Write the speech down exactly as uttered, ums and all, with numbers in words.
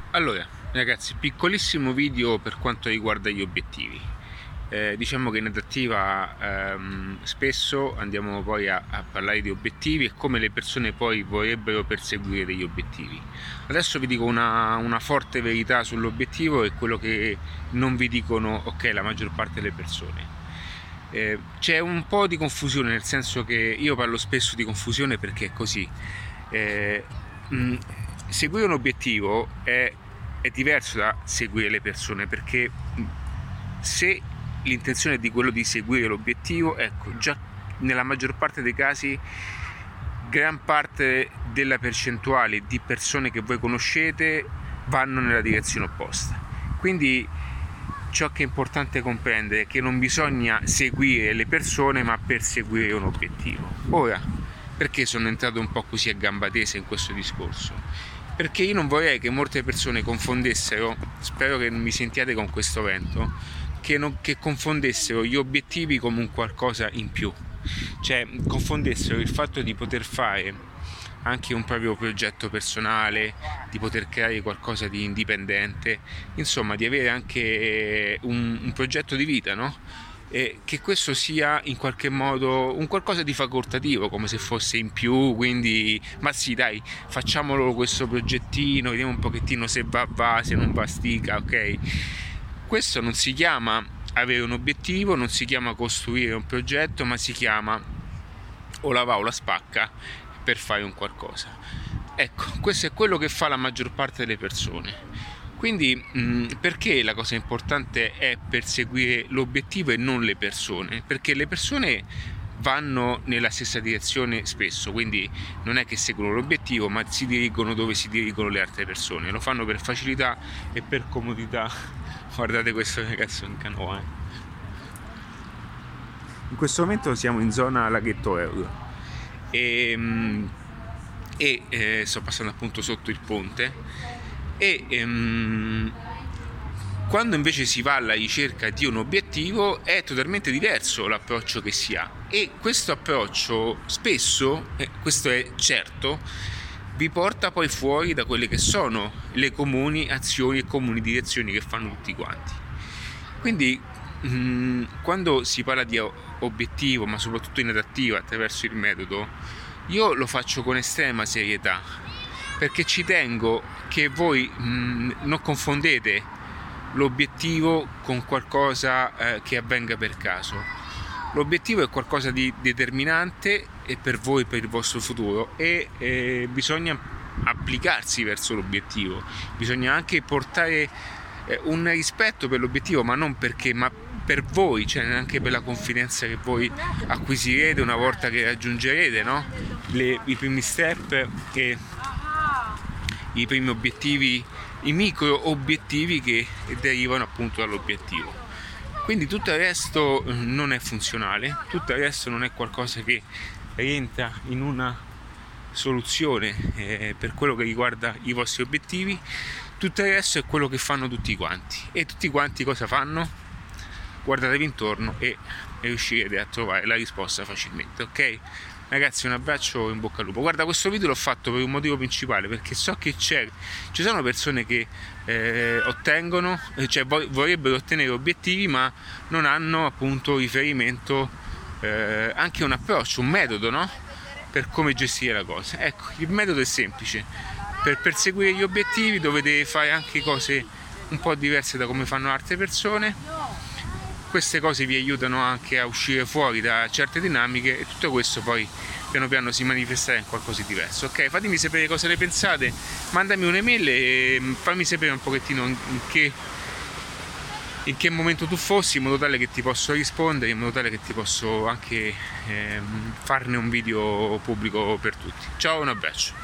Allora, ragazzi, piccolissimo video per quanto riguarda gli obiettivi. Eh, diciamo che in adattiva ehm, spesso andiamo poi a, a parlare di obiettivi e come le persone poi vorrebbero perseguire degli obiettivi. Adesso vi dico una, una forte verità sull'obiettivo e quello che non vi dicono, ok, la maggior parte delle persone. Eh, c'è un po' di confusione, nel senso che io parlo spesso di confusione perché è così. Eh, mh, seguire un obiettivo è, è diverso da seguire le persone, perché se l'intenzione è di quello di seguire l'obiettivo, ecco, già nella maggior parte dei casi gran parte della percentuale di persone che voi conoscete vanno nella direzione opposta. Quindi ciò che è importante comprendere è che non bisogna seguire le persone ma perseguire un obiettivo. Ora, perché sono entrato un po' così a gamba tesa in questo discorso? Perché io non vorrei che molte persone confondessero, spero che non mi sentiate con questo vento, che, non, che confondessero gli obiettivi come un qualcosa in più, cioè confondessero il fatto di poter fare anche un proprio progetto personale, di poter creare qualcosa di indipendente, insomma di avere anche un, un progetto di vita, no? E che questo sia in qualche modo un qualcosa di facoltativo, come se fosse in più, quindi ma sì dai, facciamolo questo progettino, vediamo un pochettino se va va, se non va stica, ok? Questo non si chiama avere un obiettivo, non si chiama costruire un progetto, ma si chiama o la va o la spacca per fare un qualcosa. Ecco, questo è quello che fa la maggior parte delle persone. Quindi mh, perché la cosa importante è perseguire l'obiettivo e non le persone? Perché le persone vanno nella stessa direzione spesso, quindi non è che seguono l'obiettivo, ma si dirigono dove si dirigono le altre persone. Lo fanno per facilità e per comodità. Guardate questo ragazzo in canoa. Eh. In questo momento siamo in zona laghetto Euro e, mh, e eh, sto passando appunto sotto il ponte. E ehm, quando invece si va alla ricerca di un obiettivo è totalmente diverso l'approccio che si ha, e questo approccio spesso, eh, questo è certo, vi porta poi fuori da quelle che sono le comuni azioni e comuni direzioni che fanno tutti quanti. Quindi mh, quando si parla di obiettivo, ma soprattutto in adattiva attraverso il metodo, io lo faccio con estrema serietà, perché ci tengo che voi mh, non confondete l'obiettivo con qualcosa eh, che avvenga per caso. L'obiettivo è qualcosa di determinante e per voi, per il vostro futuro, e eh, bisogna applicarsi verso l'obiettivo, bisogna anche portare eh, un rispetto per l'obiettivo, ma non perché, ma per voi, cioè anche per la confidenza che voi acquisirete una volta che raggiungerete, no? Le, i primi step e i primi obiettivi, i micro obiettivi che derivano appunto dall'obiettivo. Quindi tutto il resto non è funzionale, tutto il resto non è qualcosa che rientra in una soluzione eh, per quello che riguarda i vostri obiettivi. Tutto il resto è quello che fanno tutti quanti, e tutti quanti cosa fanno? Guardatevi intorno e riuscirete a trovare la risposta facilmente, ok? Ragazzi, un abbraccio, in bocca al lupo. Guarda, questo video l'ho fatto per un motivo principale, perché so che c'è, ci sono persone che eh, ottengono, cioè vorrebbero ottenere obiettivi, ma non hanno appunto riferimento, eh, anche un approccio, un metodo, no? Per come gestire la cosa. Ecco, il metodo è semplice. Per perseguire gli obiettivi dovete fare anche cose un po' diverse da come fanno altre persone. Queste cose vi aiutano anche a uscire fuori da certe dinamiche, e tutto questo poi piano piano si manifesterà in qualcosa di diverso. Ok, fatemi sapere cosa ne pensate, mandami un'email e fammi sapere un pochettino in che, in che momento tu fossi, in modo tale che ti posso rispondere, in modo tale che ti posso anche eh, farne un video pubblico per tutti. Ciao, un abbraccio.